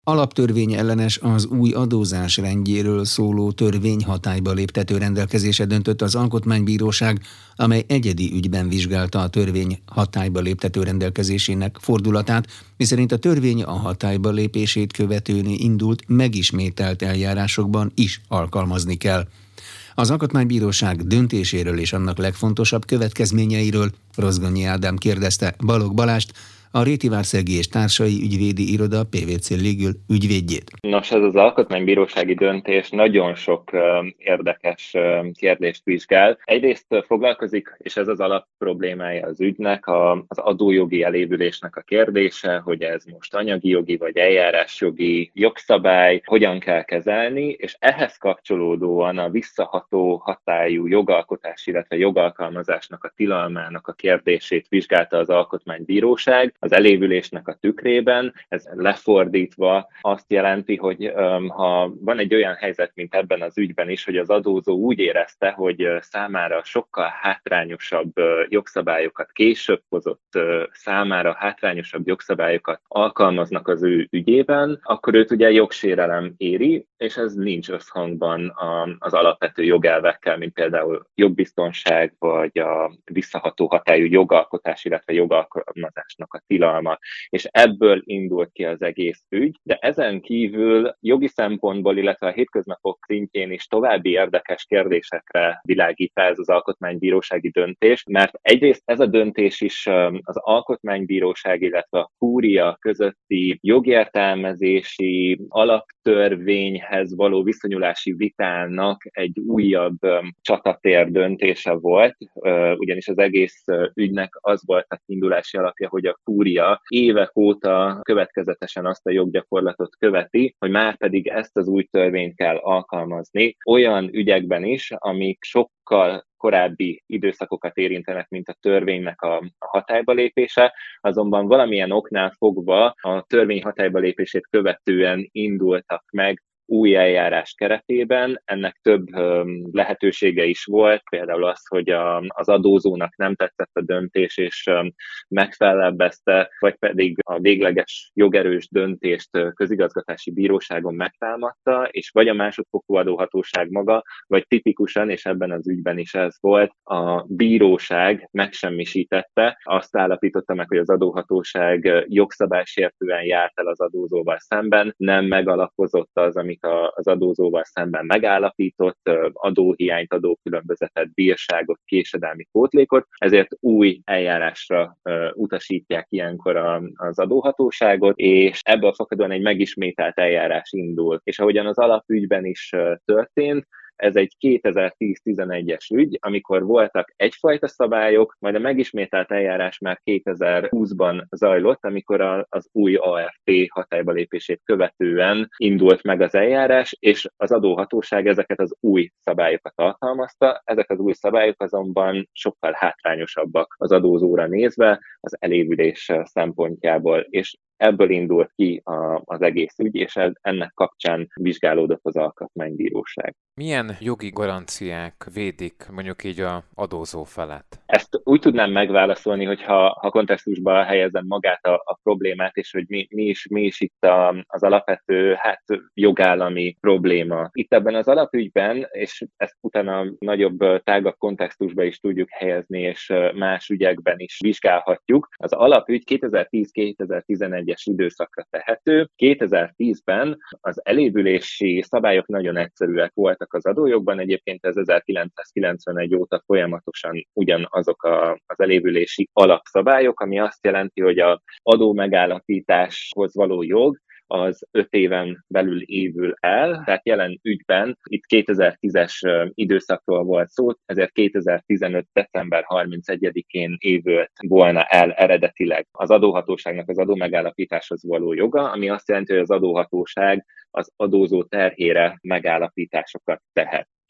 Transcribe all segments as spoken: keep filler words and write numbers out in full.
Alaptörvény ellenes az új adózás rendjéről szóló törvény hatályba léptető rendelkezése döntött az Alkotmánybíróság, amely egyedi ügyben vizsgálta a törvény hatályba léptető rendelkezésének fordulatát, miszerint a törvény a hatályba lépését követően indult megismételt eljárásokban is alkalmazni kell. Az Alkotmánybíróság döntéséről és annak legfontosabb következményeiről Rozgonyi Ádám kérdezte Balogh Balást, a Réti-Várszegi és Társai Ügyvédi Iroda pé vé cé Legal ügyvédjét. Nos, ez az alkotmánybírósági döntés nagyon sok uh, érdekes uh, kérdést vizsgál. Egyrészt uh, foglalkozik, és ez az alap problémája az ügynek, a, az adójogi elévülésnek a kérdése, hogy ez most anyagi jogi vagy eljárásjogi jogszabály, hogyan kell kezelni, és ehhez kapcsolódóan a visszaható hatályú jogalkotás, illetve jogalkalmazásnak a tilalmának a kérdését vizsgálta az Alkotmánybíróság. Az elévülésnek a tükrében, ez lefordítva azt jelenti, hogy um, ha van egy olyan helyzet, mint ebben az ügyben is, hogy az adózó úgy érezte, hogy uh, számára sokkal hátrányosabb uh, jogszabályokat később hozott, uh, számára hátrányosabb jogszabályokat alkalmaznak az ő ügyében, akkor őt ugye jogsérelem éri, és ez nincs összhangban a, az alapvető jogelvekkel, mint például jogbiztonság, vagy a visszaható hatályú jogalkotás, illetve jogalkalmazásnak a tilalma, és ebből indult ki az egész ügy, de ezen kívül jogi szempontból, illetve a hétköznapok szintjén is további érdekes kérdésekre világít rá ez az alkotmánybírósági döntés, mert egyrészt ez a döntés is az alkotmánybíróság, illetve a kúria közötti jogértelmezési alaptörvényhez való viszonyulási vitának egy újabb csatatér döntése volt, ugyanis az egész ügynek az volt a kiindulási alapja, hogy a kúria évek óta következetesen azt a joggyakorlatot követi, hogy már pedig ezt az új törvényt kell alkalmazni olyan ügyekben is, amik sokkal korábbi időszakokat érintenek, mint a törvénynek a hatályba lépése, azonban valamilyen oknál fogva a törvény hatályba lépését követően indultak meg új eljárás keretében. Ennek több um, lehetősége is volt, például az, hogy a, az adózónak nem tetszett a döntés, és um, megfellebbezte, vagy pedig a végleges jogerős döntést közigazgatási bíróságon megtámadta, és vagy a másodfokú adóhatóság maga, vagy tipikusan, és ebben az ügyben is ez volt, a bíróság megsemmisítette, azt állapította meg, hogy az adóhatóság jogszabálysértően járt el az adózóval szemben, nem megalapozott az, amit az adózóval szemben megállapított, adóhiányt, adókülönbözetet, bírságot, késedelmi pótlékot, ezért új eljárásra utasítják ilyenkor az adóhatóságot, és ebből fakadóan egy megismételt eljárás indul. És ahogyan az alapügyben is történt, ez egy kétezer-tíz-tizenegyes ügy, amikor voltak egyfajta szabályok, majd a megismételt eljárás már kétezer-húszban zajlott, amikor az új á ef té hatályba lépését követően indult meg az eljárás, és az adóhatóság ezeket az új szabályokat alkalmazta. Ezek az új szabályok azonban sokkal hátrányosabbak az adózóra nézve, az elévülés szempontjából, és ebből indult ki a, az egész ügy, és ez, ennek kapcsán vizsgálódott az Alkotmánybíróság. Milyen jogi garanciák védik mondjuk így a adózó felet? Ezt úgy tudnám megválaszolni, hogyha ha kontextusba helyezem magát a, a problémát, és hogy mi, mi, is, mi is itt a, az alapvető hát, jogállami probléma. Itt ebben az alapügyben, és ezt utána nagyobb, tágabb kontextusba is tudjuk helyezni, és más ügyekben is vizsgálhatjuk. Az alapügy kétezer-tíz-kétezer-tizenegyes időszakra tehető. kétezer-tízben az elévülési szabályok nagyon egyszerűek voltak az adójogban, egyébként ez ezerkilencszázkilencvenegy óta folyamatosan ugyanazok a, az elévülési alapszabályok, ami azt jelenti, hogy az adó megállapításhoz való jog az öt éven belül évül el, tehát jelen ügyben itt kétezer-tízes időszakról volt szó, ezért kétezer-tizenöt. december harmincegyedikén évült volna el eredetileg az adóhatóságnak az adó megállapításhoz való joga, ami azt jelenti, hogy az adóhatóság az adózó terhére megállapításokat tehet.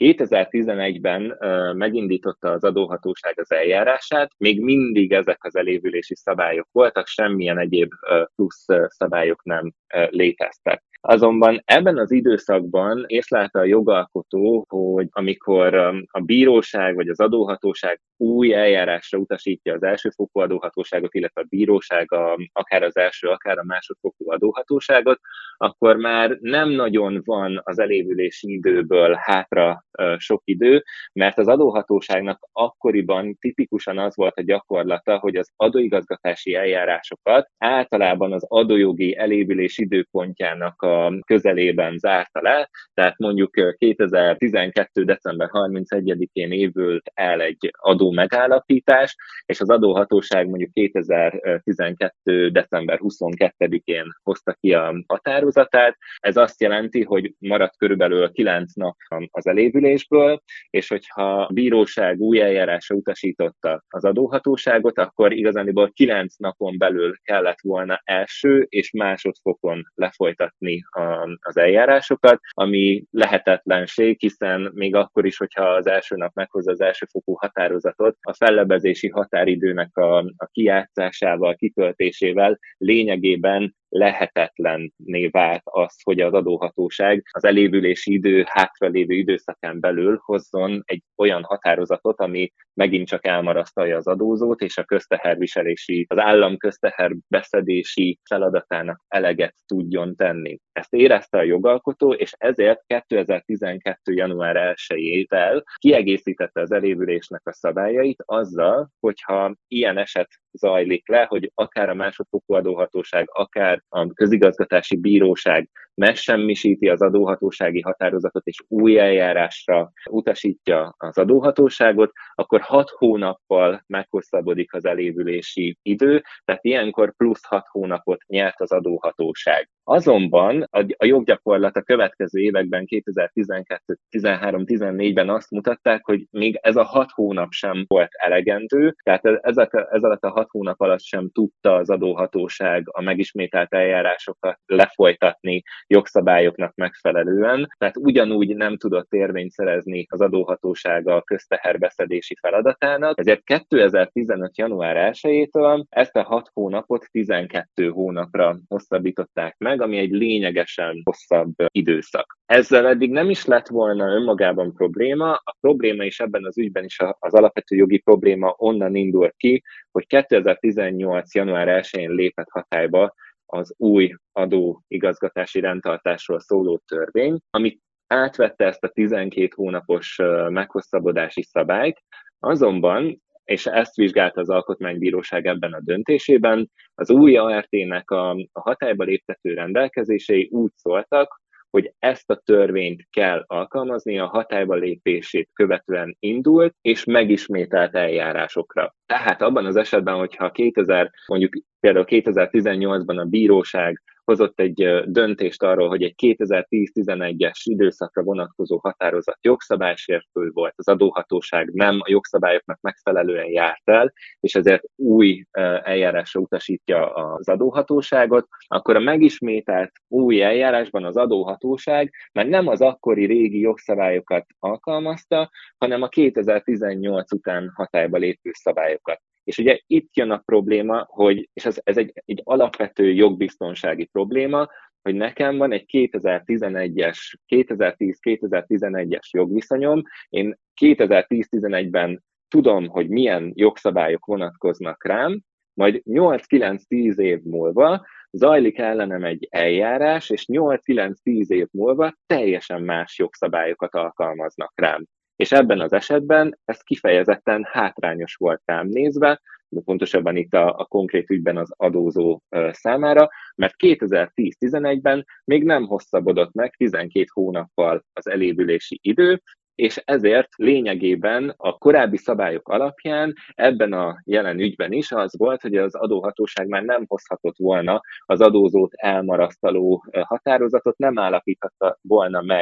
kétezer-tizenegyben megindította az adóhatóság az eljárását, még mindig ezek az elévülési szabályok voltak, semmilyen egyéb plusz szabályok nem léteztek. Azonban ebben az időszakban észlelte a jogalkotó, hogy amikor a bíróság vagy az adóhatóság új eljárásra utasítja az elsőfokú adóhatóságot, illetve a bíróság a, akár az első, akár a másodfokú adóhatóságot, akkor már nem nagyon van az elévülési időből hátra sok idő, mert az adóhatóságnak akkoriban tipikusan az volt a gyakorlata, hogy az adóigazgatási eljárásokat általában az adójogi elévülés időpontjának a közelében zárta le, tehát mondjuk kétezer-tizenkettő. december harmincegyedikén évült el egy adó megállapítás, és az adóhatóság mondjuk kétezer-tizenkettő. december huszonkettedikén hozta ki a határozatát. Ez azt jelenti, hogy maradt körülbelül kilenc nap az elévülésből, és hogyha a bíróság új eljárásra utasította az adóhatóságot, akkor igazániból kilenc napon belül kellett volna első és másodfokon lefolytatni a, az eljárásokat, ami lehetetlenség, hiszen még akkor is, hogyha az első nap meghozza az elsőfokú határozatot, a fellebezési határidőnek a, a kijátszásával, kitöltésével lényegében lehetetlenné vált az, hogy az adóhatóság az elévülési idő hátralévő időszakán belül hozzon egy olyan határozatot, ami megint csak elmarasztalja az adózót, és a közteherviselési, az állam közteherbeszedési feladatának eleget tudjon tenni. Ezt érezte a jogalkotó, és ezért kétezer-tizenkettő. január elsejével kiegészítette az elévülésnek a szabályait azzal, hogyha ilyen eset zajlik le, hogy akár a másodfokú adóhatóság, akár a közigazgatási bíróság megsemmisíti az adóhatósági határozatot és új eljárásra utasítja az adóhatóságot, akkor hat hónappal meghosszabbodik az elévülési idő, tehát ilyenkor plusz hat hónapot nyert az adóhatóság. Azonban a joggyakorlat a következő években kétezer-tizenkettő, tizenhárom, tizennégyben azt mutatták, hogy még ez a hat hónap sem volt elegendő, tehát ezek, ez alatt a hat hónap alatt sem tudta az adóhatóság a megismételt eljárásokat lefolytatni jogszabályoknak megfelelően, tehát ugyanúgy nem tudott érvényt szerezni az adóhatóság a közteherbeszedési feladatának, ezért kétezer-tizenöt. január elsejétől ezt a hat hónapot tizenkét hónapra hosszabbították meg, ami egy lényegesen hosszabb időszak. Ezzel eddig nem is lett volna önmagában probléma, a probléma is ebben az ügyben is az alapvető jogi probléma onnan indult ki, hogy kétezer-tizennyolc. január elsején lépett hatályba az új adóigazgatási rendtartásról szóló törvény, ami átvette ezt a tizenkét hónapos meghosszabbodási szabályt, azonban, és ezt vizsgálta az Alkotmánybíróság ebben a döntésében, az új á er té-nek a, a hatályba léptető rendelkezései úgy szóltak, hogy ezt a törvényt kell alkalmazni a hatályba lépését követően indult és megismételt eljárásokra. Tehát abban az esetben, hogyha kétezer, mondjuk például kétezer-tizennyolcban a bíróság hozott egy döntést arról, hogy egy kétezer-tíz-tizenegyes időszakra vonatkozó határozat jogszabálysértő volt, az adóhatóság nem a jogszabályoknak megfelelően járt el, és ezért új eljárásra utasítja az adóhatóságot, akkor a megismételt új eljárásban az adóhatóság már nem az akkori régi jogszabályokat alkalmazta, hanem a kétezer-tizennyolc után hatályba lépő szabályokat. És ugye itt jön a probléma, hogy, és ez, ez egy, egy alapvető jogbiztonsági probléma, hogy nekem van egy kétezer-tizenegyes, kétezer-tíz-kétezer-tizenegyes jogviszonyom, én kétezer-tíz-tizenegyben tudom, hogy milyen jogszabályok vonatkoznak rám, majd nyolc-kilenc-tíz év múlva zajlik ellenem egy eljárás, és nyolc-kilenc-tíz év múlva teljesen más jogszabályokat alkalmaznak rám. És ebben az esetben ez kifejezetten hátrányos volt rám nézve, pontosabban itt a, a konkrét ügyben az adózó számára, mert kétezer-tíz-tizenegyben még nem hosszabbodott meg tizenkét hónappal az elévülési idő, és ezért lényegében a korábbi szabályok alapján ebben a jelen ügyben is az volt, hogy az adóhatóság már nem hozhatott volna az adózót elmarasztaló határozatot, nem állapíthatta volna meg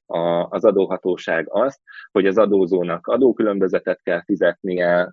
a, az adóhatóság azt, hogy az adózónak adókülönbözetet kell fizetnie,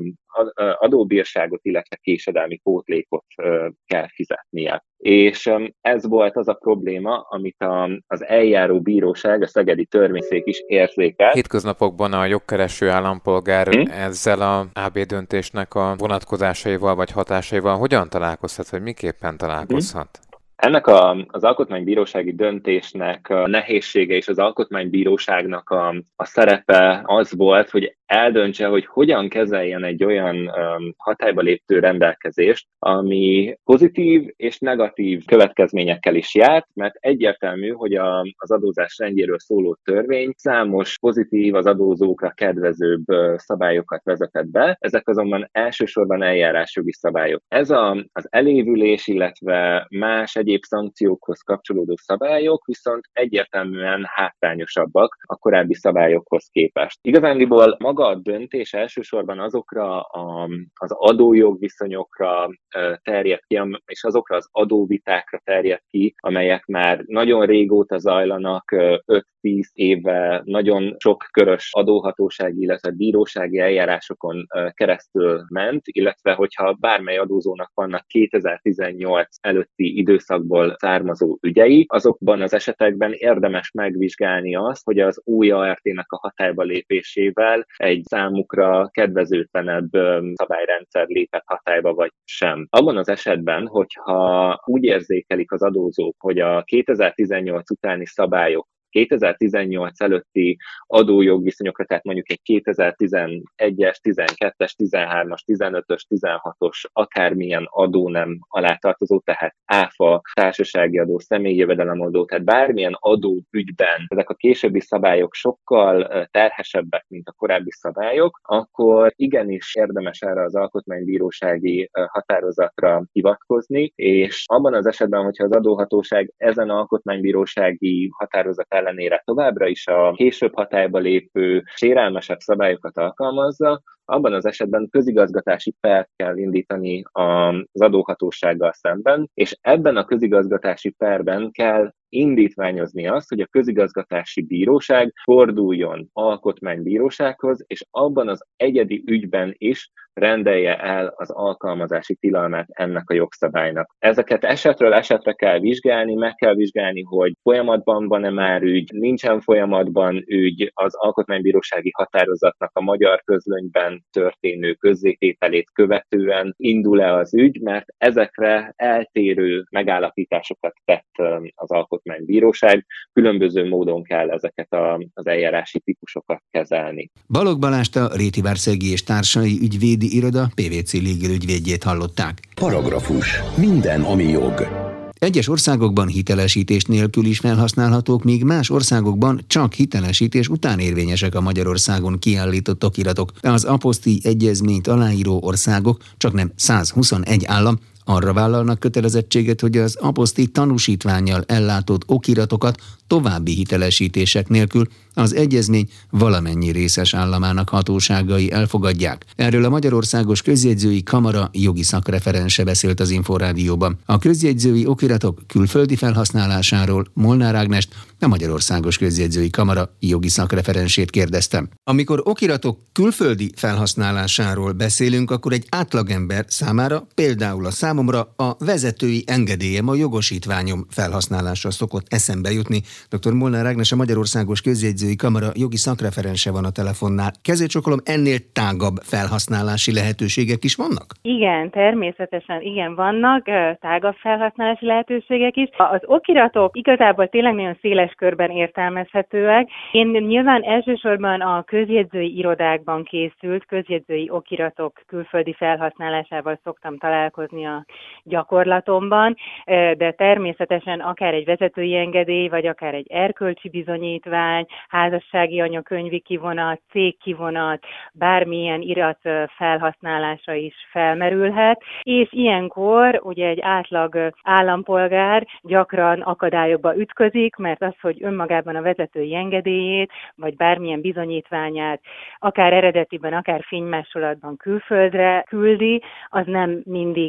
adóbírságot, illetve késedelmi pótlékot kell fizetnie. És ez volt az a probléma, amit a, az eljáró bíróság, a szegedi törvényszék is érzékelt. Hétköznapokban a jogkereső állampolgár hmm? ezzel a á bé döntésnek a vonatkozásaival vagy hatásaival hogyan találkozhat, vagy miképpen találkozhat? Hmm? Ennek a, az alkotmánybírósági döntésnek a nehézsége és az alkotmánybíróságnak a, a szerepe az volt, hogy eldöntse, hogy hogyan kezeljen egy olyan um, hatályba lépő rendelkezést, ami pozitív és negatív következményekkel is járt, mert egyértelmű, hogy a, az adózás rendjéről szóló törvény számos pozitív, az adózókra kedvezőbb uh, szabályokat vezetett be, ezek azonban elsősorban eljárásjogi szabályok. Ez a, az elévülés, illetve más egyéb szankciókhoz kapcsolódó szabályok viszont egyértelműen hátrányosabbak a korábbi szabályokhoz képest. Igazándiból maga a döntés elsősorban azokra a, az adójogviszonyokra terjed ki, és azokra az adóvitákra terjed ki, amelyek már nagyon régóta zajlanak, öt-tíz éve nagyon sok körös adóhatósági, illetve bírósági eljárásokon keresztül ment, illetve hogyha bármely adózónak vannak kétezer-tizennyolc előtti időszakból származó ügyei, azokban az esetekben érdemes megvizsgálni azt, hogy az új á er té-nek a hatályba lépésével egy számukra kedvezőtlenebb szabályrendszer lépett hatályba vagy sem. Abban az esetben, hogyha úgy érzékelik az adózók, hogy a kétezer-tizennyolc utáni szabályok kétezer-tizennyolc előtti adójogviszonyokra, tehát mondjuk egy kétezer-tizenegyes, tizenkettes, tizenhármas, tizenötös, tizenhatos akármilyen adó nem alátartozó, tehát áfa, társasági adó, személyi jövedelemadó, tehát bármilyen adóügyben ezek a későbbi szabályok sokkal terhesebbek, mint a korábbi szabályok, akkor igenis érdemes erre az alkotmánybírósági határozatra hivatkozni, és abban az esetben, hogyha az adóhatóság ezen alkotmánybírósági határozat ellenére továbbra is a később hatályba lépő sérelmesebb szabályokat alkalmazza, abban az esetben közigazgatási pert kell indítani az adóhatósággal szemben, és ebben a közigazgatási perben kell indítványozni azt, hogy a közigazgatási bíróság forduljon alkotmánybírósághoz, és abban az egyedi ügyben is rendelje el az alkalmazási tilalmát ennek a jogszabálynak. Ezeket esetről esetre kell vizsgálni, meg kell vizsgálni, hogy folyamatban van-e már ügy, nincsen folyamatban ügy, az alkotmánybírósági határozatnak a magyar közlönyben történő közzétételét követően indul-e az ügy, mert ezekre eltérő megállapításokat tett az alkotmánybíróság, különböző módon kell ezeket a, az eljárási típusokat kezelni. Balogh Balást, a Réti-Várszegi és Társai Ügyvédi Iroda pé vé cé Legal ügyvédjét hallották. Paragrafus. Minden, ami jog. Egyes országokban hitelesítés nélkül is felhasználhatók, míg más országokban csak hitelesítés után érvényesek a Magyarországon kiállított okiratok. Az apostíj egyezményt aláíró országok, csaknem százhuszonegy állam, arra vállalnak kötelezettséget, hogy az apostíj tanúsítvánnyal ellátott okiratokat további hitelesítések nélkül az egyezmény valamennyi részes államának hatóságai elfogadják. Erről a Magyarországos Közjegyzői Kamara jogi szakreferense beszélt az Inforádióban. A közjegyzői okiratok külföldi felhasználásáról Molnár Ágnest, a Magyarországos Közjegyzői Kamara jogi szakreferensét kérdeztem. Amikor okiratok külföldi felhasználásáról beszélünk, akkor egy átlagember számára, például a számomra a vezetői engedélyem, a jogosítványom felhasználásra szokott eszembe jutni. dr. Molnár Ágnes, a Magyarországos Közjegyzői Kamara jogi szakreferense van a telefonnál. Kezécsokolom, ennél tágabb felhasználási lehetőségek is vannak? Igen, természetesen igen, vannak tágabb felhasználási lehetőségek is. Az okiratok igazából tényleg nagyon széles körben értelmezhetőek. Én nyilván elsősorban a közjegyzői irodákban készült közjegyzői okiratok külföldi felhasználásával szoktam találkozni a gyakorlatomban, de természetesen akár egy vezetői engedély, vagy akár egy erkölcsi bizonyítvány, házassági anyakönyvi kivonat, cégkivonat, bármilyen irat felhasználása is felmerülhet, és ilyenkor ugye egy átlag állampolgár gyakran akadályokba ütközik, mert az, hogy önmagában a vezetői engedélyét, vagy bármilyen bizonyítványát, akár eredetiben, akár fénymásolatban külföldre küldi, az nem mindig elegendő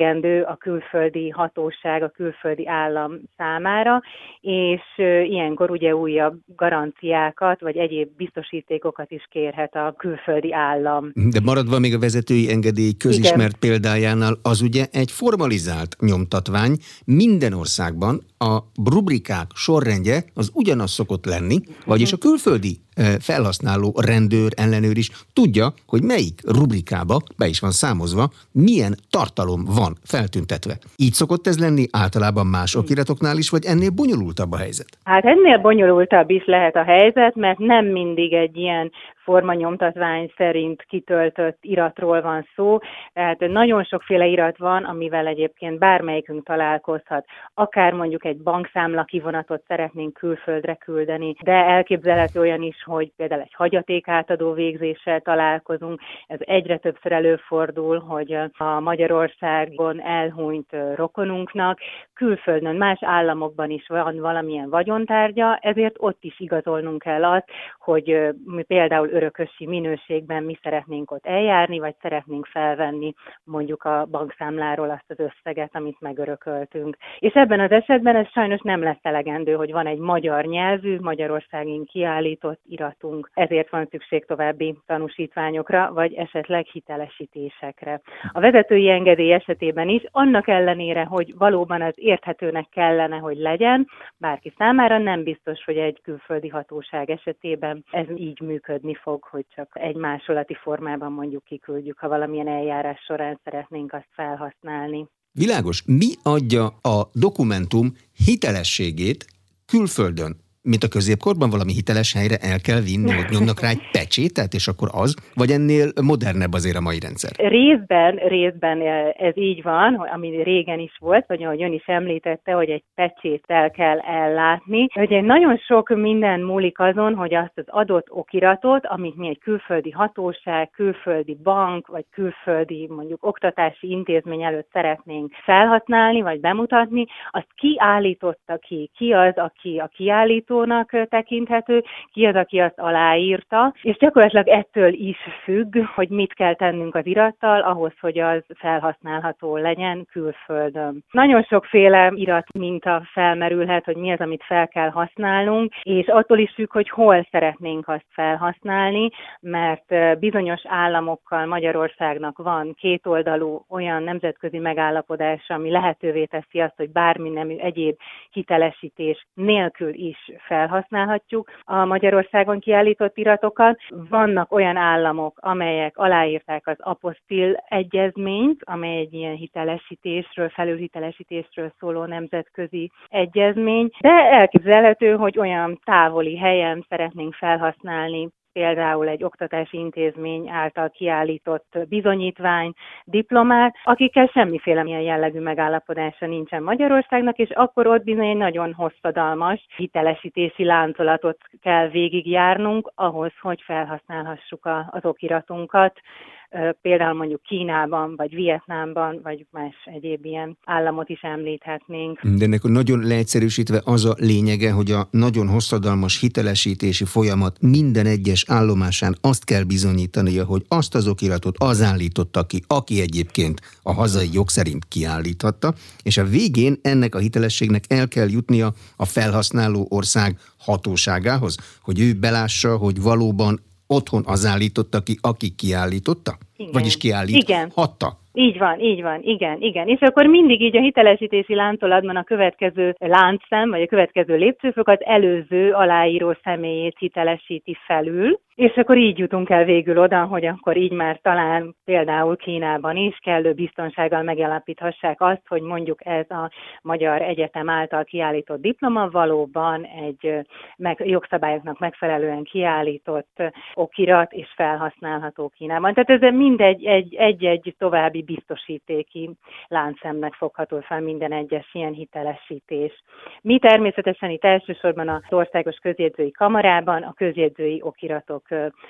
elegendő a külföldi hatóság, a külföldi állam számára, és ilyenkor ugye újabb garanciákat, vagy egyéb biztosítékokat is kérhet a külföldi állam. De maradva még a vezetői engedély közismert Igen. példájánál, az ugye egy formalizált nyomtatvány, minden országban a rubrikák sorrendje az ugyanaz szokott lenni, vagyis a külföldi felhasználó rendőr, ellenőr is tudja, hogy melyik rubrikába, be is van számozva, milyen tartalom van feltüntetve. Így szokott ez lenni általában más okiratoknál is, vagy ennél bonyolultabb a helyzet? Hát ennél bonyolultabb is lehet a helyzet, mert nem mindig egy ilyen formanyomtatvány szerint kitöltött iratról van szó, tehát nagyon sokféle irat van, amivel egyébként bármelyikünk találkozhat. Akár mondjuk egy bankszámla kivonatot szeretnénk külföldre küldeni, de elképzelhető olyan is, hogy például egy hagyatékátadó végzéssel találkozunk. Ez egyre többször előfordul, hogy a Magyarországon elhunyt rokonunknak külföldön, más államokban is van valamilyen vagyontárgya, ezért ott is igazolnunk kell azt, hogy mi például örökösi minőségben mi szeretnénk ott eljárni, vagy szeretnénk felvenni mondjuk a bankszámláról azt az összeget, amit megörököltünk. És ebben az esetben ez sajnos nem lesz elegendő, hogy van egy magyar nyelvű, Magyarországon kiállított iratunk. Ezért van szükség további tanúsítványokra, vagy esetleg hitelesítésekre. A vezetői engedély esetében is, annak ellenére, hogy valóban az érthetőnek kellene, hogy legyen, bárki számára nem biztos, hogy egy külföldi hatóság esetében ez így működni fog, hogy csak egy másolati formában mondjuk kiküldjük, ha valamilyen eljárás során szeretnénk azt felhasználni. Világos. Mi adja a dokumentum hitelességét külföldön? Mint a középkorban valami hiteles helyre el kell vinni, hogy nyomnak rá egy pecsétet, és akkor az? Vagy ennél modernebb azért a mai rendszer? Részben, részben ez így van, ami régen is volt, vagy ahogy ön is említette, hogy egy pecséttel kell ellátni. Ugye nagyon sok minden múlik azon, hogy azt az adott okiratot, amit mi egy külföldi hatóság, külföldi bank, vagy külföldi mondjuk oktatási intézmény előtt szeretnénk felhasználni, vagy bemutatni, azt ki állította ki, ki az, aki a kiállító, tekinthető, ki az, aki azt aláírta, és gyakorlatilag ettől is függ, hogy mit kell tennünk az irattal, ahhoz, hogy az felhasználható legyen külföldön. Nagyon sokféle iratminta felmerülhet, hogy mi az, amit fel kell használnunk, és attól is függ, hogy hol szeretnénk azt felhasználni, mert bizonyos államokkal Magyarországnak van kétoldalú olyan nemzetközi megállapodása, ami lehetővé teszi azt, hogy bármi nemű egyéb hitelesítés nélkül is felhasználhatjuk a Magyarországon kiállított iratokat. Vannak olyan államok, amelyek aláírták az apostil egyezményt, amely egy ilyen hitelesítésről, felülhitelesítésről szóló nemzetközi egyezmény, de elképzelhető, hogy olyan távoli helyen szeretnénk felhasználni például egy oktatási intézmény által kiállított bizonyítvány, diplomát, akikkel semmiféle ilyen jellegű megállapodása nincsen Magyarországnak, és akkor ott bizony egy nagyon hosszadalmas hitelesítési láncolatot kell végigjárnunk ahhoz, hogy felhasználhassuk a, az okiratunkat, például mondjuk Kínában, vagy Vietnámban, vagy más egyéb ilyen államot is említhetnénk. De ennek nagyon leegyszerűsítve az a lényege, hogy a nagyon hosszadalmas hitelesítési folyamat minden egyes állomásán azt kell bizonyítania, hogy azt az okiratot az állította ki, aki egyébként a hazai jog szerint kiállíthatta, és a végén ennek a hitelességnek el kell jutnia a felhasználó ország hatóságához, hogy ő belássa, hogy valóban otthon az állította ki, aki kiállította? Igen. Vagyis kiállíthatta? Így van, így van, igen, igen. És akkor mindig így a hitelesítési láncolatban a következő láncszem, vagy a következő lépcsőfok az előző aláíró személyét hitelesíti felül, és akkor így jutunk el végül oda, hogy akkor így már talán például Kínában is kellő biztonsággal megállapíthassák azt, hogy mondjuk ez a Magyar Egyetem által kiállított diploma valóban egy meg, jogszabályoknak megfelelően kiállított okirat és felhasználható Kínában. Tehát ez mindegy egy, egy-egy további biztosítéki láncszemnek fogható fel minden egyes ilyen hitelesítés. Mi természetesen itt elsősorban az Országos Közjegyzői Kamarában a közjegyzői okiratok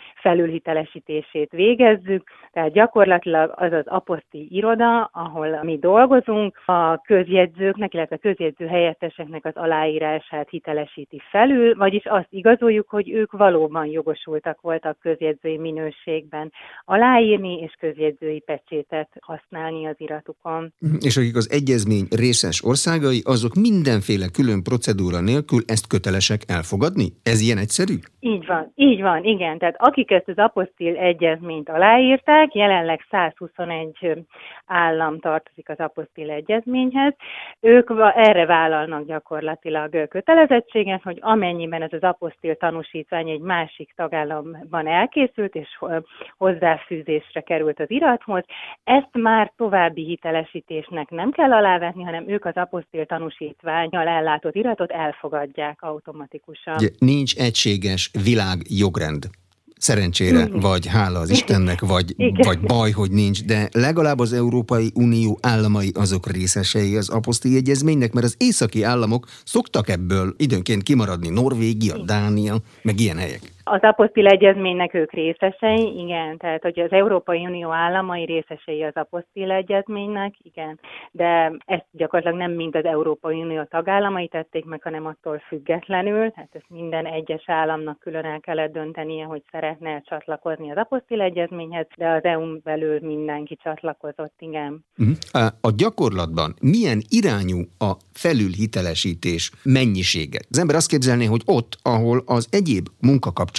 felülhitelesítését végezzük, tehát gyakorlatilag az az aposzti iroda, ahol mi dolgozunk, a közjegyzőknek, illetve a közjegyző helyetteseknek az aláírását hitelesíti felül, vagyis azt igazoljuk, hogy ők valóban jogosultak voltak közjegyzői minőségben aláírni és közjegyzői pecsétet használni az iratukon. És akik az egyezmény részes országai, azok mindenféle külön procedúra nélkül ezt kötelesek elfogadni? Ez ilyen egyszerű? Így van, így van, igen. Tehát akik ezt az apostil egyezményt aláírták, jelenleg százhuszonegy állam tartozik az apostil egyezményhez, ők erre vállalnak gyakorlatilag kötelezettséget, hogy amennyiben ez az apostil tanúsítvány egy másik tagállamban elkészült, és hozzáfűzésre került az irathoz, ezt már további hitelesítésnek nem kell alávetni, hanem ők az apostil tanúsítvánnyal ellátott iratot elfogadják automatikusan. Ugye, nincs egységes világjogrend. Szerencsére, mm. vagy hála az Istennek, vagy, vagy baj, hogy nincs, de legalább az Európai Unió államai azok részesei az apostil egyezménynek, mert az északi államok szoktak ebből időnként kimaradni, Norvégia, Dánia, meg ilyen helyek. Az apostil egyezménynek ők részesei, igen, tehát hogy az Európai Unió államai részesei az apostil egyezménynek, igen, de ezt gyakorlatilag nem mind az Európai Unió tagállamai tették meg, hanem attól függetlenül, tehát ezt minden egyes államnak külön el kellett döntenie, hogy szeretne csatlakozni az apostil egyezményhez, de az é u-n belül mindenki csatlakozott, igen. Uh-huh. A gyakorlatban milyen irányú a felülhitelesítés mennyisége? Az ember azt képzelné, hogy ott, ahol az egyéb munkakapcsolatok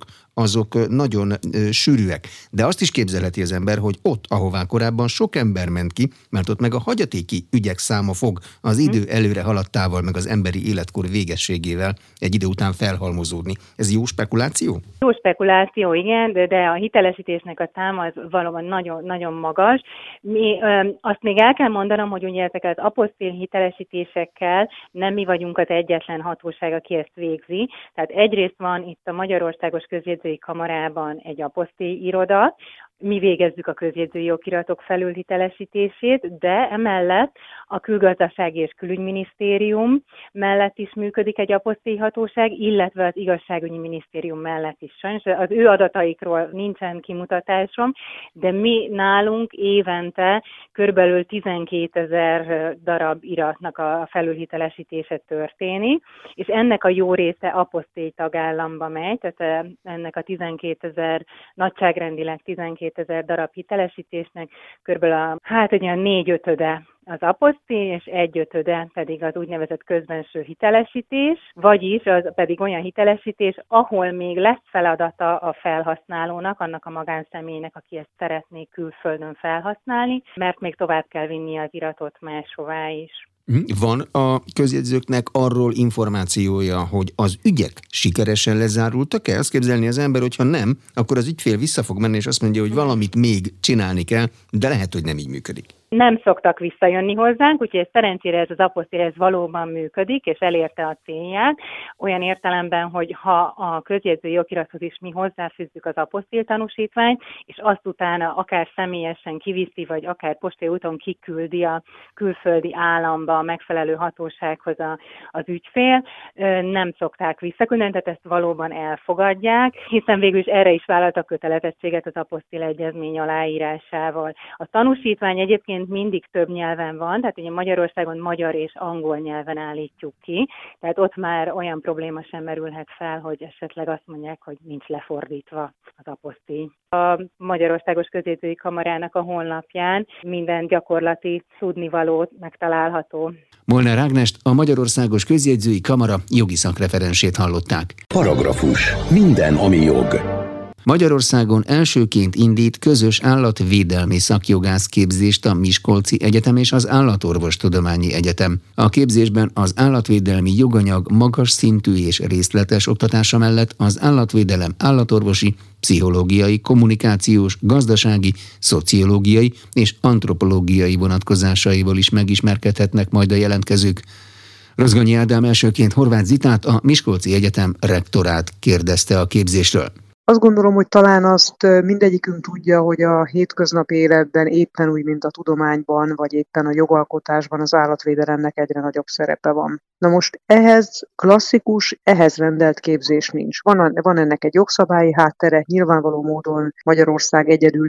azok nagyon ö, sűrűek. De azt is képzelheti az ember, hogy ott, ahová korábban sok ember ment ki, mert ott meg a hagyatéki ügyek száma fog az idő előre haladtával, meg az emberi életkor végességével egy idő után felhalmozódni. Ez jó spekuláció? Jó spekuláció, igen, de, de a hitelesítésnek a száma az valóban nagyon, nagyon magas. Mi, ö, azt még el kell mondanom, hogy ugye ezek az apostil hitelesítésekkel nem mi vagyunk az egyetlen hatóság, aki ezt végzi. Tehát egyrészt van itt a Magyarországos Közjegyzői Kamarában egy apostil iroda, mi végezzük a közjegyzői okiratok felülhitelesítését, de emellett a Külgazdasági és Külügyminisztérium mellett is működik egy apostil hatóság, illetve az Igazságügyi Minisztérium mellett is. Sajnos az ő adataikról nincsen kimutatásom, de mi nálunk évente körülbelül tizenkétezer darab iratnak a felülhitelesítése történik, és ennek a jó része apostil tagállamba megy, tehát ennek a tizenkétezer, nagyságrendileg tizenkétezer darab hitelesítésnek körülbelül a, hát egy olyan négy-ötöde az apostil, és egy-ötöde pedig az úgynevezett közbenső hitelesítés, vagyis az pedig olyan hitelesítés, ahol még lesz feladata a felhasználónak, annak a magánszemélynek, aki ezt szeretné külföldön felhasználni, mert még tovább kell vinni az iratot máshová is. Van a közjegyzőknek arról információja, hogy az ügyek sikeresen lezárultak-e? Azt képzelni az ember, hogyha nem, akkor az ügyfél vissza fog menni, és azt mondja, hogy valamit még csinálni kell, de lehet, hogy nem így működik. Nem szoktak visszajönni hozzánk, úgyhogy szerencsére ez az apostil ez valóban működik, és elérte a célját. Olyan értelemben, hogy ha a közjegyzői okirathoz is mi hozzáfűzzük az apostil tanúsítványt, és azt utána akár személyesen kiviszi, vagy akár postai úton kiküldi a külföldi államba, a megfelelő hatósághoz a, az ügyfél, nem szokták visszaküldeni, tehát ezt valóban elfogadják, hiszen végül is erre is vállaltak kötelezettséget az apostil egyezmény aláírásával. A tanúsítvány egyébként mindig több nyelven van, tehát ugye Magyarországon magyar és angol nyelven állítjuk ki, tehát ott már olyan probléma sem merülhet fel, hogy esetleg azt mondják, hogy nincs lefordítva az apostil. A Magyarországos Közjegyzői Kamarának a honlapján minden gyakorlati tudnivaló megtalálható. Molnár Ágnest, a Magyarországos Közjegyzői Kamara jogi szakreferensét hallották. Paragrafus. Minden, ami jog. Magyarországon elsőként indít közös állatvédelmi szakjogász képzést a Miskolci Egyetem és az Állatorvostudományi Egyetem. A képzésben az állatvédelmi joganyag magas szintű és részletes oktatása mellett az állatvédelem állatorvosi, pszichológiai, kommunikációs, gazdasági, szociológiai és antropológiai vonatkozásaival is megismerkedhetnek majd a jelentkezők. Rozgonyi Ádám elsőként Horváth Zitát, a Miskolci Egyetem rektorát kérdezte a képzésről. Azt gondolom, hogy talán azt mindegyikünk tudja, hogy a hétköznapi életben éppen úgy, mint a tudományban, vagy éppen a jogalkotásban az állatvédelemnek egyre nagyobb szerepe van. Na most ehhez klasszikus, ehhez rendelt képzés nincs. Van, van ennek egy jogszabályi háttere, nyilvánvaló módon Magyarország egyedüli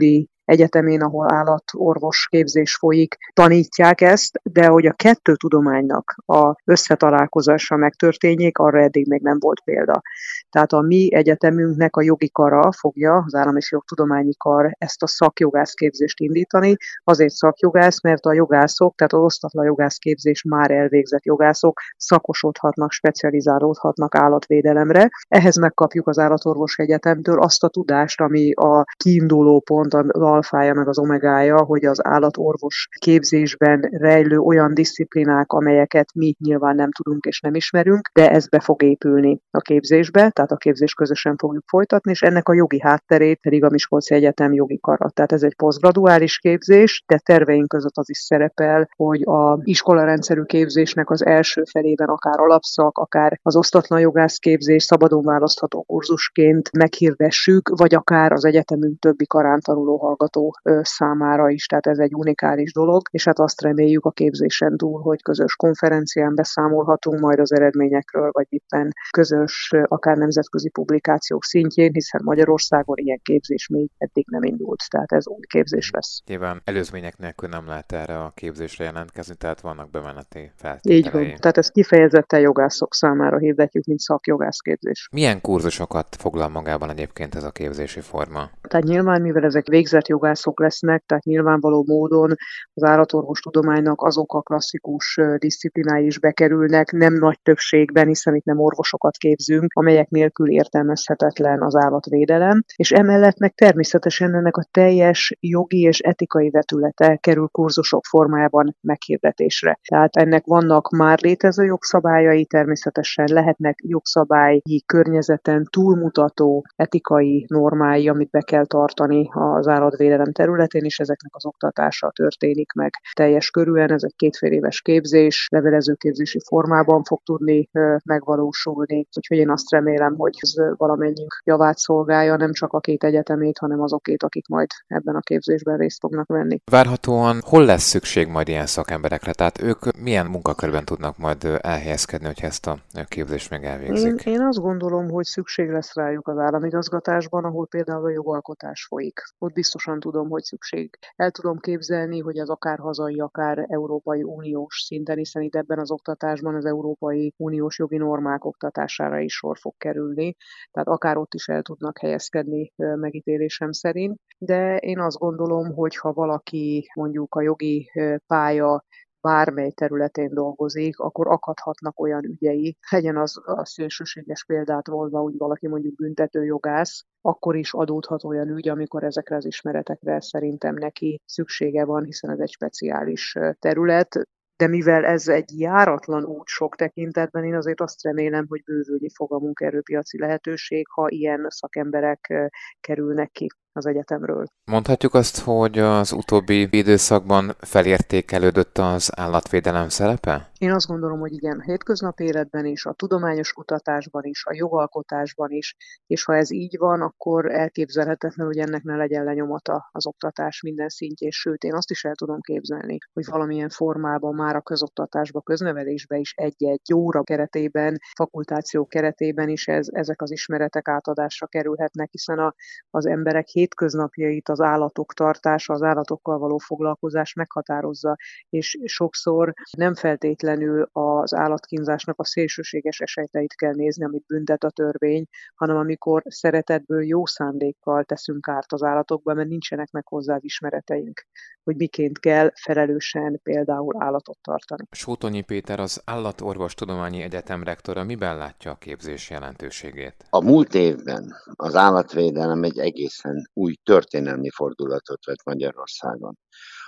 egyetemén, ahol állatorvos képzés folyik, tanítják ezt, de hogy a kettő tudománynak a összetalálkozása megtörténjék, arra eddig még nem volt példa. Tehát a mi egyetemünknek a jogi kara fogja, az Állam és Jogtudományi Kar ezt a szakjogászképzést indítani. Azért szakjogász, mert a jogászok, tehát az osztatlan jogászképzés már elvégzett jogászok szakosodhatnak, specializálódhatnak állatvédelemre. Ehhez megkapjuk az Állatorvosi Egyetemtől azt a tudást, ami a kiinduló pont, az alfája meg az omegája, hogy az állatorvos képzésben rejlő olyan disziplinák, amelyeket mi nyilván nem tudunk és nem ismerünk, de ez be fog épülni a képzésbe, tehát a képzést közösen fogjuk folytatni, és ennek a jogi hátterét pedig a Miskolci Egyetem jogi kara. Tehát ez egy posztgraduális képzés, de terveink között az is szerepel, hogy a iskolarendszerű képzésnek az első felében akár alapszak, akár az osztatlan jogászképzés szabadon választható kurzusként meghirdessük, vagy akár az egyetemünk többi karán tanuló hallgató számára is, tehát ez egy unikális dolog, és hát azt reméljük a képzésen túl, hogy közös konferencián beszámolhatunk majd az eredményekről, vagy éppen közös, akár nemzetközi publikációk szintjén, hiszen Magyarországon ilyen képzés még eddig nem indult, tehát ez új képzés lesz. Nyilván előzmények nélkül nem lehet erre a képzésre jelentkezni, tehát vannak bemeneti feltételei. Így van, tehát ezt kifejezetten jogászok számára hirdetjük, mint szakjogászképzés. Milyen kurzusokat foglal magában egyébként ez a képzési forma? Tehát nyilván, mivel ezek végzett jogászok lesznek, tehát nyilvánvaló módon az állatorvostudománynak azok a klasszikus disziplinái is bekerülnek, nem nagy többségben, hiszen itt nem orvosokat képzünk, amelyek nélkül értelmezhetetlen az állatvédelem, és emellett meg természetesen ennek a teljes jogi és etikai vetülete kerül kurzusok formájában meghirdetésre. Tehát ennek vannak már létező jogszabályai, természetesen lehetnek jogszabályi környezeten túlmutató etikai normái, amit be kell tartani az állatvédelem területén, és ezeknek az oktatása történik meg teljes körűen. Ez egy kétfél éves képzés, levelezőképzési formában fog tudni megvalósulni. Úgyhogy én azt remélem, hogy ez valamennyünk javát szolgálja, nem csak a két egyetemét, hanem azokét, akik majd ebben a képzésben részt fognak venni. Várhatóan hol lesz szükség majd ilyen szakemberekre? Tehát ők milyen munkakörben tudnak majd elhelyezkedni, hogyha ezt a képzést meg elvégzik? Én, én azt gondolom, hogy szükség lesz rájuk az államigazgatásban, ahol például a jogalkotás folyik. Ott biztosan tudom, hogy szükség. El tudom képzelni, hogy ez akár hazai, akár Európai Uniós szinten, hiszen itt ebben az oktatásban az Európai Uniós jogi normák oktatására is sor fog kerülni. Tehát akár ott is el tudnak helyezkedni megítélésem szerint. De én azt gondolom, hogy ha valaki mondjuk a jogi pálya bármely területén dolgozik, akkor akadhatnak olyan ügyei, legyen az a szélsőséges példát volva, úgy valaki mondjuk büntetőjogász, akkor is adódhat olyan ügy, amikor ezekre az ismeretekre szerintem neki szüksége van, hiszen ez egy speciális terület. De mivel ez egy járatlan út sok tekintetben, én azért azt remélem, hogy bővülni fog a munkaerőpiaci lehetőség, ha ilyen szakemberek kerülnek ki az egyetemről. Mondhatjuk azt, hogy az utóbbi időszakban felértékelődött az állatvédelem szerepe? Én azt gondolom, hogy igen, a hétköznapi életben is, a tudományos kutatásban is, a jogalkotásban is, és ha ez így van, akkor elképzelhetetlen, hogy ennek ne legyen lenyomata az oktatás minden szintjén, sőt, én azt is el tudom képzelni, hogy valamilyen formában már a közoktatásba, köznevelésbe is egy-egy óra keretében, fakultáció keretében is ez, ezek az ismeretek átadásra kerülhetnek, hiszen a, az emberek hétköznapjait az állatok tartása, az állatokkal való foglalkozás meghatározza, és sokszor nem feltétlenül az állatkínzásnak a szélsőséges eseteit kell nézni, amit büntet a törvény, hanem amikor szeretetből, jó szándékkal teszünk kárt az állatokba, mert nincsenek meg hozzá az ismereteink, hogy miként kell felelősen például állatot tartani. Sótonyi Péter, az Állatorvostudományi Egyetem rektora miben látja a képzés jelentőségét? A múlt évben az állatvédelem egy egészen új történelmi fordulatot vett Magyarországon.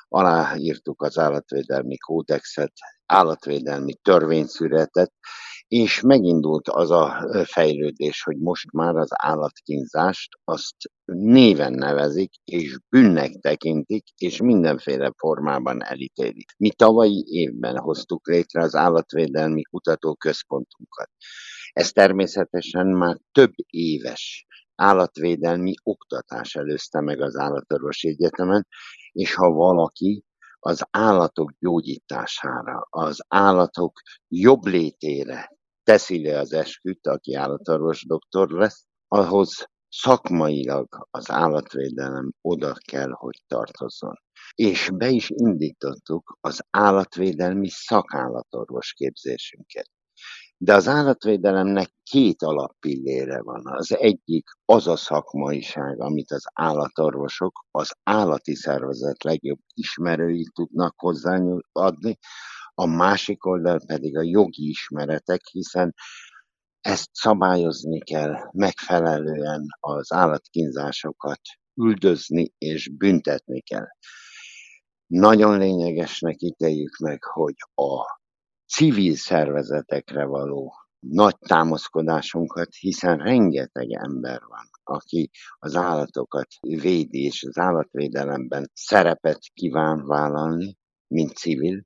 Aláírtuk az állatvédelmi kódexet, állatvédelmi törvény született, és megindult az a fejlődés, hogy most már az állatkínzást azt néven nevezik, és bűnnek tekintik, és mindenféle formában elítélik. Mi tavalyi évben hoztuk létre az állatvédelmi kutatóközpontunkat. Ez természetesen már több éves állatvédelmi oktatás előzte meg az Állatorvosi Egyetemen, és ha valaki az állatok gyógyítására, az állatok jobb létére teszi le az esküt, aki állatorvos doktor lesz, ahhoz szakmailag az állatvédelem oda kell, hogy tartozzon. És be is indítottuk az állatvédelmi szakállatorvos képzésünket. De az állatvédelemnek két alappillére van. Az egyik az a szakmaiság, amit az állatorvosok, az állati szervezet legjobb ismerői tudnak hozzáadni, a másik oldal pedig a jogi ismeretek, hiszen ezt szabályozni kell megfelelően, az állatkínzásokat üldözni és büntetni kell. Nagyon lényegesnek ítéljük meg, hogy a civil szervezetekre való nagy támaszkodásunkat, hiszen rengeteg ember van, aki az állatokat védi, és az állatvédelemben szerepet kíván vállalni, mint civil.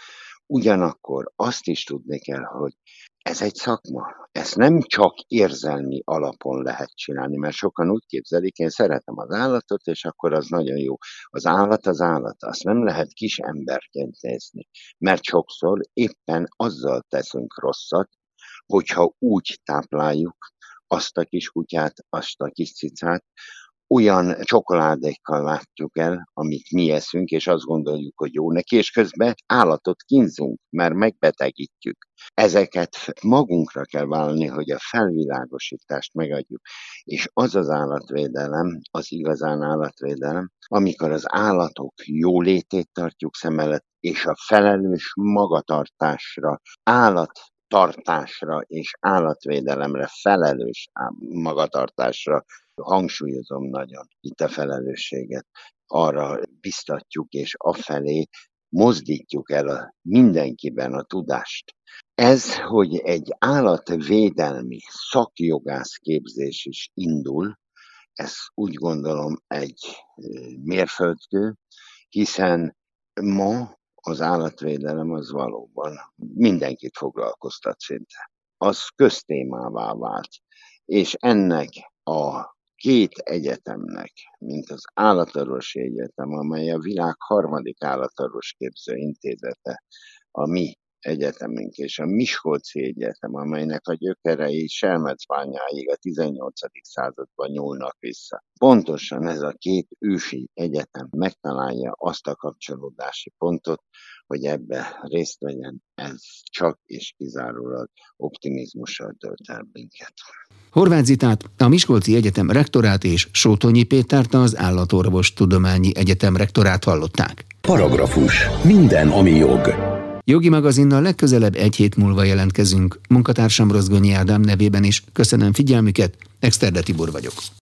Ugyanakkor azt is tudni kell, hogy ez egy szakma. Ezt nem csak érzelmi alapon lehet csinálni, mert sokan úgy képzelik, én szeretem az állatot, és akkor az nagyon jó. Az állat az állat, azt nem lehet kis emberként nézni, mert sokszor éppen azzal teszünk rosszat, hogyha úgy tápláljuk azt a kis kutyát, azt a kis cicát, olyan csokoládékkal látjuk el, amit mi eszünk, és azt gondoljuk, hogy jó neki, és közben állatot kínzunk, mert megbetegítjük. Ezeket magunkra kell vállalni, hogy a felvilágosítást megadjuk. És az az állatvédelem, az igazán állatvédelem, amikor az állatok jólétét tartjuk szem előtt, és a felelős magatartásra, állat tartásra és állatvédelemre felelős magatartásra, hangsúlyozom nagyon itt a felelősséget, arra biztatjuk és afelé mozdítjuk el a mindenkiben a tudást. Ez, hogy egy állatvédelmi szakjogász képzés is indul, ez úgy gondolom egy mérföldkő, hiszen ma az állatvédelem az valóban mindenkit foglalkoztat szinte. Az köztémává vált, és ennek a két egyetemnek, mint az Állatorvosi Egyetem, amely a világ harmadik állatorvosképző intézete, a mi egyetemünk, és a Miskolci Egyetem, amelynek a gyökerei Selmecbányáig a tizennyolcadik században nyúlnak vissza. Pontosan ez a két ősi egyetem megtalálja azt a kapcsolódási pontot, hogy ebbe részt vegyen, ez csak és kizárólag optimizmussal tölt el minket. Horváth Zitát, a Miskolci Egyetem rektorát és Sótonyi Pétert, az Állatorvostudományi Egyetem rektorát hallották. Paragrafus. Minden, ami jog. Jogi magazinnal legközelebb egy hét múlva jelentkezünk. Munkatársam Rozgonyi Ádám nevében is köszönöm figyelmüket, Exterde Tibor vagyok.